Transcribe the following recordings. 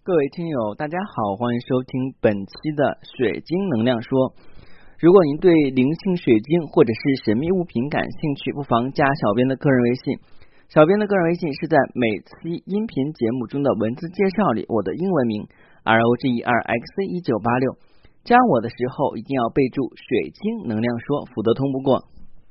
各位听友大家好，欢迎收听本期的水晶能量说。如果您对灵性水晶或者是神秘物品感兴趣，不妨加小编的个人微信。小编的个人微信是在每期音频节目中的文字介绍里，我的英文名 ROGERXC1986。加我的时候一定要备注水晶能量说，否则通不过。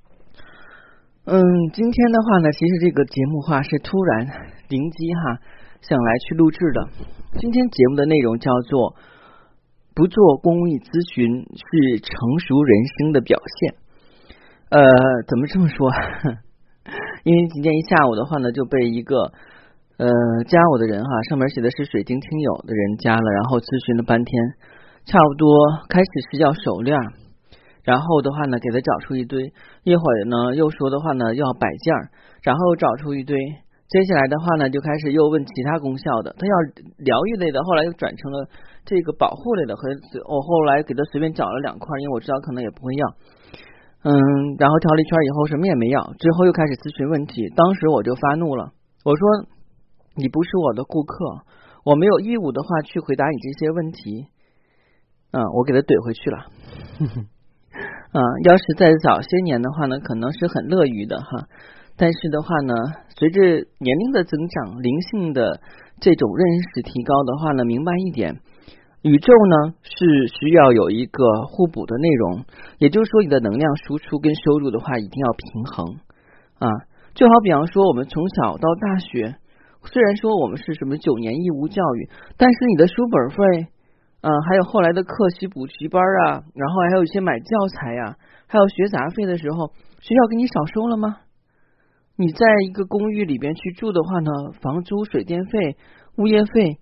今天的话呢，其实这个节目话是突然灵机想来去录制的。今天节目的内容叫做不做公益咨询是成熟人生的表现。怎么这么说？因为今天一下午的话呢，就被一个加我的人上面写的是水晶听友的人加了，然后咨询了半天，差不多开始是要手链，然后的话呢给他找出一堆，一会儿呢又说的话呢要摆件，然后找出一堆，接下来的话呢就开始又问其他功效的，他要疗愈类的，后来又转成了这个保护类的，和我后来给他随便找了2块，因为我知道可能也不会要，然后挑了一圈以后什么也没要，之后又开始咨询问题。当时我就发怒了，我说你不是我的顾客，我没有义务的话去回答你这些问题。我给他怼回去了。要是在早些年的话呢，可能是很乐于的但是的话呢，随着年龄的增长，灵性的这种认识提高的话呢，明白一点，宇宙呢是需要有一个互补的内容，也就是说你的能量输出跟收入的话一定要平衡就好比方说我们从小到大学，虽然说我们是什么9年义务教育，但是你的书本费还有后来的课习补习班然后还有一些买教材还有学杂费的时候，学校给你少收了吗？你在一个公寓里边去住的话呢，房租、水电费、物业费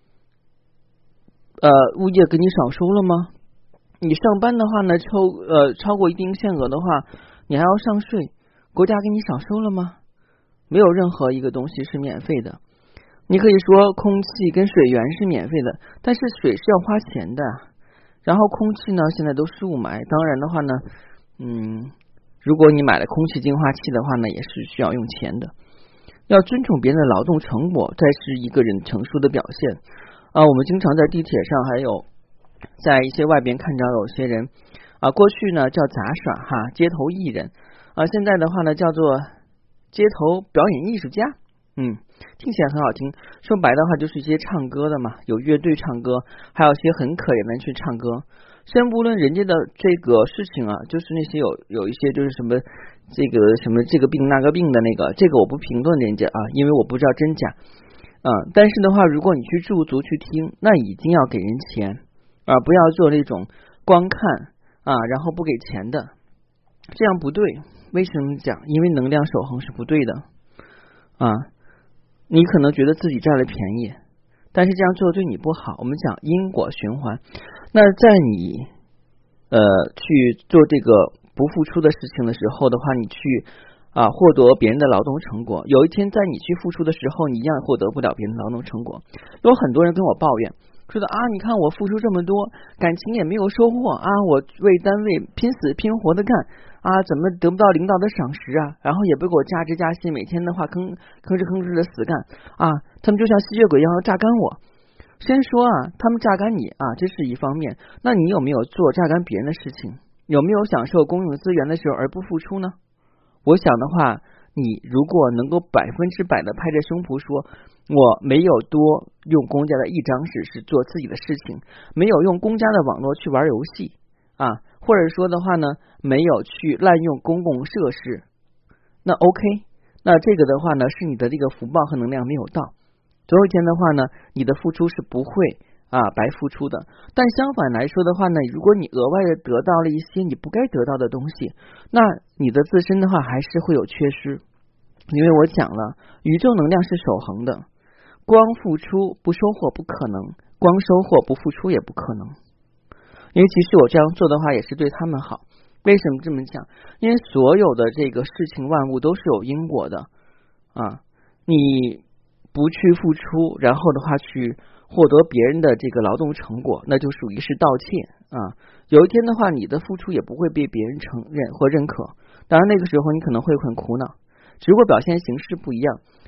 物业给你少收了吗？你上班的话呢，超过一定限额的话，你还要上税，国家给你少收了吗？没有任何一个东西是免费的。你可以说空气跟水源是免费的，但是水是要花钱的，然后空气呢现在都是雾霾，当然的话呢如果你买了空气净化器的话呢，也是需要用钱的。要尊重别人的劳动成果，才是一个人成熟的表现我们经常在地铁上还有在一些外边看到有些人过去呢叫杂耍街头艺人现在的话呢叫做街头表演艺术家听起来很好听，说白的话就是一些唱歌的嘛，有乐队唱歌，还有一些很可怜的人去唱歌。先不论人家的这个事情就是那些有一些就是什么这个病那个病的那个，这个我不评论人家因为我不知道真假但是的话，如果你去驻足去听，那一定要给人钱不要做那种光看然后不给钱的，这样不对。为什么讲？因为能量守恒是不对的你可能觉得自己占了便宜，但是这样做对你不好。我们讲因果循环，那在你去做这个不付出的事情的时候的话，你去获得别人的劳动成果，有一天在你去付出的时候，你一样获得不了别人的劳动成果。有很多人跟我抱怨说的你看我付出这么多，感情也没有收获我为单位拼死拼活的干怎么得不到领导的赏识然后也不给我加职加薪，每天的话吭哧的死干他们就像吸血鬼一样要榨干我。先说他们榨干你这是一方面，那你有没有做榨干别人的事情？有没有享受公用资源的时候而不付出呢？我想的话，你如果能够100%的拍着胸脯说我没有多用公家的一张纸是做自己的事情，没有用公家的网络去玩游戏或者说的话呢，没有去滥用公共设施，那 OK， 那这个的话呢是你的这个福报和能量没有到，总有一天的话呢，你的付出是不会白付出的。但相反来说的话呢，如果你额外的得到了一些你不该得到的东西，那你的自身的话还是会有缺失。因为我讲了，宇宙能量是守恒的，光付出不收获不可能，光收获不付出也不可能。因为其实我这样做的话也是对他们好。为什么这么讲？因为所有的这个事情万物都是有因果的你不去付出，然后的话去获得别人的这个劳动成果，那就属于是盗窃有一天的话，你的付出也不会被别人承认或认可，当然那个时候你可能会很苦恼，只不过表现形式不一样。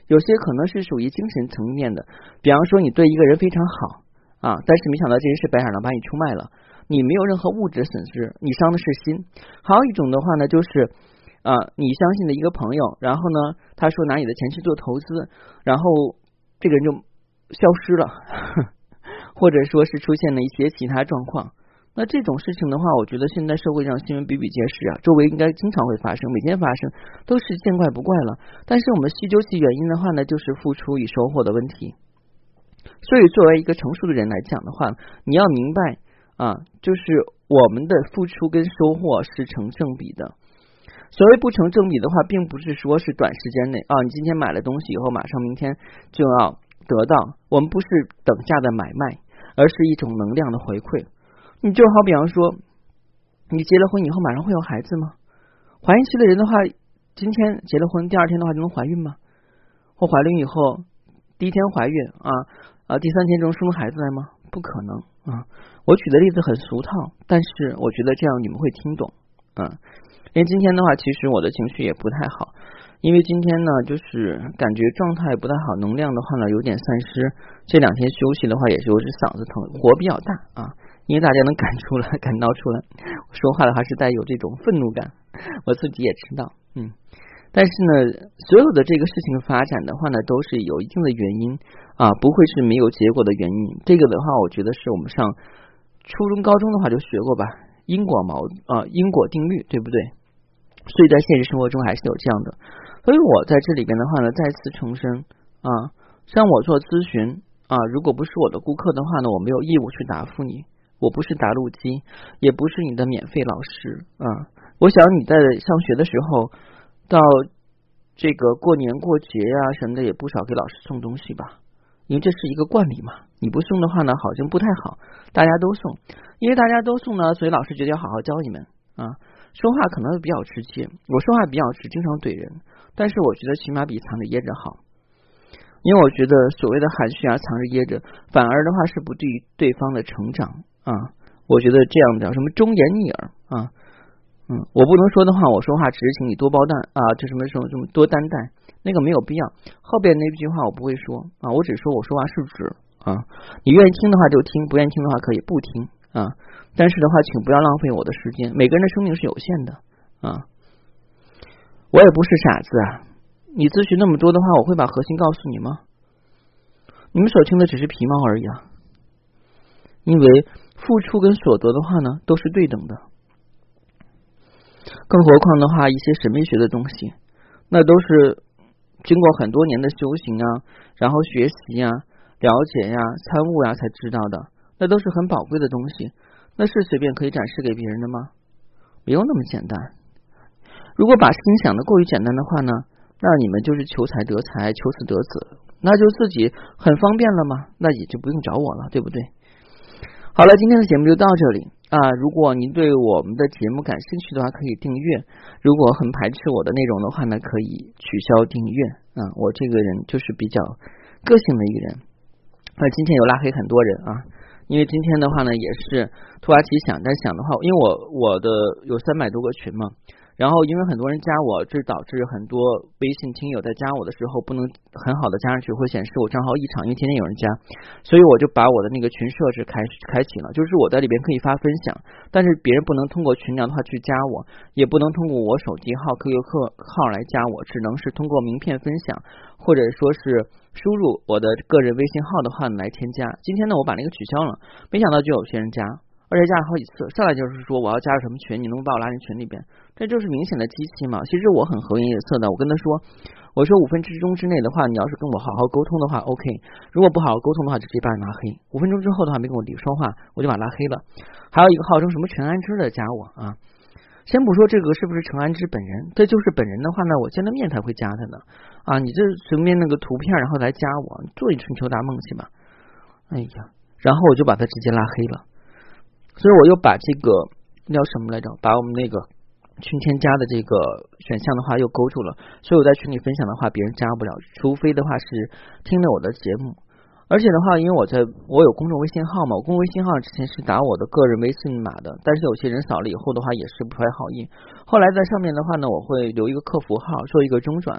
有些可能是属于精神层面的，比方说你对一个人非常好啊，但是没想到这人是白眼狼把你出卖了，你没有任何物质损失，你伤的是心。还有一种的话呢，就是你相信的一个朋友，然后呢他说拿你的钱去做投资，然后这个人就消失了或者说是出现了一些其他状况。那这种事情的话，我觉得现在社会上新闻比比皆是啊，周围应该经常会发生，每天发生，都是见怪不怪了。但是我们细究其原因的话呢，就是付出与收获的问题。所以作为一个成熟的人来讲的话，你要明白就是我们的付出跟收获是成正比的。所谓不成正比的话，并不是说是短时间内你今天买了东西以后马上明天就要得到，我们不是等价的买卖，而是一种能量的回馈。你就好比方说你结了婚以后马上会有孩子吗？怀孕期的人的话，今天结了婚第二天的话就能怀孕吗？或怀孕以后第一天怀孕第三天就能生孩子来吗？不可能我举的例子很俗套，但是我觉得这样你们会听懂因为今天的话其实我的情绪也不太好，因为今天呢就是感觉状态不太好，能量的话呢有点散失，这2天休息的话也是有点嗓子疼，火比较大因为大家能感到出来我说话的话是带有这种愤怒感，我自己也知道但是呢所有的这个事情发展的话呢都是有一定的原因不会是没有结果的原因。这个的话我觉得是我们上初中高中的话就学过吧，因果定律，对不对？所以在现实生活中还是有这样的。所以我在这里边的话呢再次重申像我做咨询如果不是我的顾客的话呢，我没有义务去答复你，我不是答录机，也不是你的免费老师我想你在上学的时候到这个过年过节什么的也不少给老师送东西吧，因为这是一个惯例嘛，你不送的话呢好像不太好，大家都送，因为大家都送呢，所以老师觉得要好好教你们说话可能会比较直接，我说话比较直，经常怼人，但是我觉得起码比藏着掖着好，因为我觉得所谓的含蓄藏着掖着反而的话是不利于对方的成长我觉得这样叫什么忠言逆耳我不能说的话，我说话只是请你多包蛋这什么多担待，那个没有必要，后边那句话我不会说我只说我说话是指你愿意听的话就听，不愿意听的话可以不听但是的话请不要浪费我的时间，每个人的生命是有限的我也不是傻子你咨询那么多的话，我会把核心告诉你吗？你们所听的只是皮毛而已因为付出跟所得的话呢都是对等的，更何况的话一些神秘学的东西那都是经过很多年的修行然后学习了解参悟才知道的，那都是很宝贵的东西，那是随便可以展示给别人的吗？没有那么简单。如果把事情想得过于简单的话呢，那你们就是求财得财，求子得子，那就自己很方便了吗？那也就不用找我了，对不对？好了，今天的节目就到这里如果您对我们的节目感兴趣的话可以订阅，如果很排斥我的内容的话呢可以取消订阅我这个人就是比较个性的一个人今天有拉黑很多人因为今天的话呢也是突发奇想，但想的话因为我的有300多个群嘛，然后因为很多人加我，这导致很多微信听友在加我的时候不能很好的加上去，会显示我账号异常，因为天天有人加，所以我就把我的那个群设置开启了，就是我在里边可以发分享，但是别人不能通过群聊的话去加我，也不能通过我手机号 QQ 号来加我，只能是通过名片分享或者说是输入我的个人微信号的话来添加。今天呢我把那个取消了，没想到就有些人加，而且加了好几次，上来就是说我要加入什么群，你能不能把我拉进群里边，这就是明显的机器嘛。其实我很和颜悦色的，我跟他说，我说5分钟之内的话，你要是跟我好好沟通的话 OK， 如果不好好沟通的话就直接把你拉黑，5分钟之后的话没跟我说话我就把拉黑了。还有一个号称什么陈安之的加我先不说这个是不是陈安之本人，这就是本人的话呢我见了面才会加他的你这随便那个图片然后来加我，做一春秋大梦去吧。哎呀，然后我就把他直接拉黑了。所以我又把这个叫什么来着，把我们那个群添加的这个选项的话又勾住了，所以我在群里分享的话别人加不了，除非的话是听了我的节目。而且的话因为我有公众微信号嘛，我公众微信号之前是打我的个人微信码的，但是有些人扫了以后的话也是不怀好意，后来在上面的话呢我会留一个客服号做一个中转，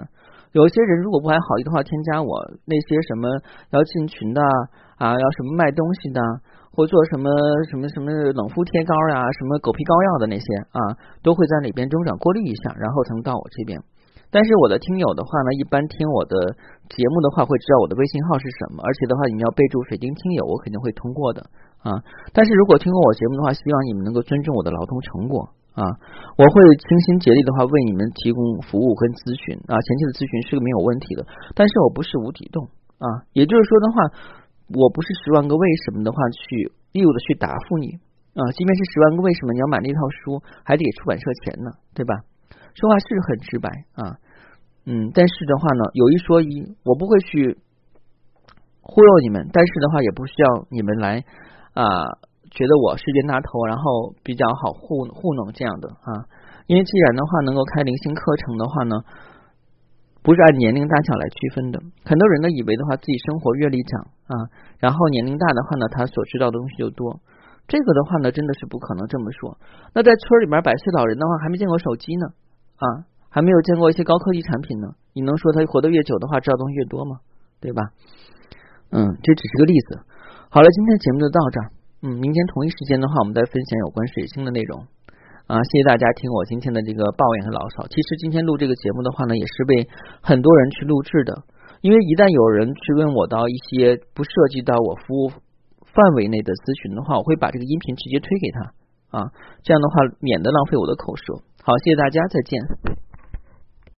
有些人如果不怀好意的话，添加我那些什么要进群的啊，要什么卖东西的，或做什么冷敷贴膏呀，什么狗皮膏药的那些啊，都会在里边中转过滤一下，然后才能到我这边。但是我的听友的话呢，一般听我的节目的话会知道我的微信号是什么，而且的话你们要备注水晶听友，我肯定会通过的啊。但是如果听过我节目的话，希望你们能够尊重我的劳动成果啊，我会倾心竭力的话为你们提供服务跟咨询啊，前期的咨询是个没有问题的，但是我不是无底洞啊，也就是说的话，我不是10万个为什么的话去义务的去答复你啊，即便是10万个为什么，你要买那套书还得给出版社钱呢，对吧？说话是很直白啊，但是的话呢，有一说一，我不会去忽悠你们，但是的话也不需要你们来觉得我是冤大头，然后比较好糊弄这样的啊，因为既然的话能够开灵性课程的话呢，不是按年龄大小来区分的，很多人都以为的话自己生活阅历长啊，然后年龄大的话呢，他所知道的东西就多。这个的话呢，真的是不可能这么说。那在村里面100岁老人的话，还没见过手机呢啊，还没有见过一些高科技产品呢。你能说他活得越久的话，知道东西越多吗？对吧？这只是个例子。好了，今天节目就到这儿。明天同一时间的话，我们再分享有关水星的内容啊。谢谢大家听我今天的这个抱怨和牢骚。其实今天录这个节目的话呢，也是为很多人去录制的，因为一旦有人去问我到一些不涉及到我服务范围内的咨询的话，我会把这个音频直接推给他啊，这样的话免得浪费我的口舌。好，谢谢大家，再见。